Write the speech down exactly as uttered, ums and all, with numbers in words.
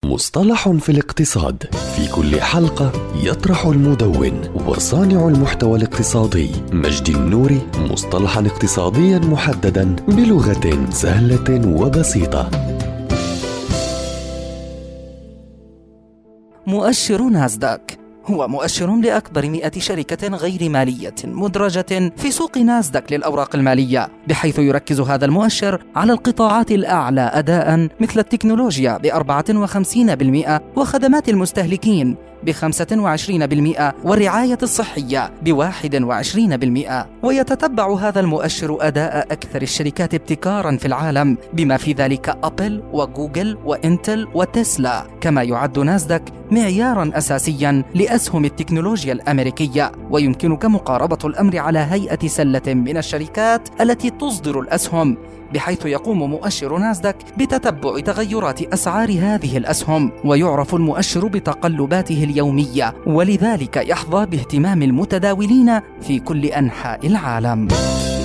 مصطلح في الاقتصاد. في كل حلقة يطرح المدون وصانع المحتوى الاقتصادي مجدي النوري مصطلحا اقتصاديا محددا بلغة سهلة وبسيطة. مؤشر ناسداك هو مؤشر لأكبر مئة شركة غير مالية مدرجة في سوق ناسداك للأوراق المالية، بحيث يركز هذا المؤشر على القطاعات الأعلى أداءً مثل التكنولوجيا بأربعة وخمسين بالمئة وخدمات المستهلكين بخمسة وعشرين بالمئة والرعاية الصحية بواحد وعشرين بالمئة. ويتتبع هذا المؤشر أداء أكثر الشركات ابتكاراً في العالم، بما في ذلك أبل وجوجل وإنتل وتسلا. كما يعد ناسداك معياراً أساسياً لأسهم التكنولوجيا الأمريكية، ويمكنك مقاربة الأمر على هيئة سلة من الشركات التي تصدر الأسهم، بحيث يقوم مؤشر ناسداك بتتبع تغيرات أسعار هذه الأسهم، ويعرف المؤشر بتقلباته اليومية، ولذلك يحظى باهتمام المتداولين في كل أنحاء العالم.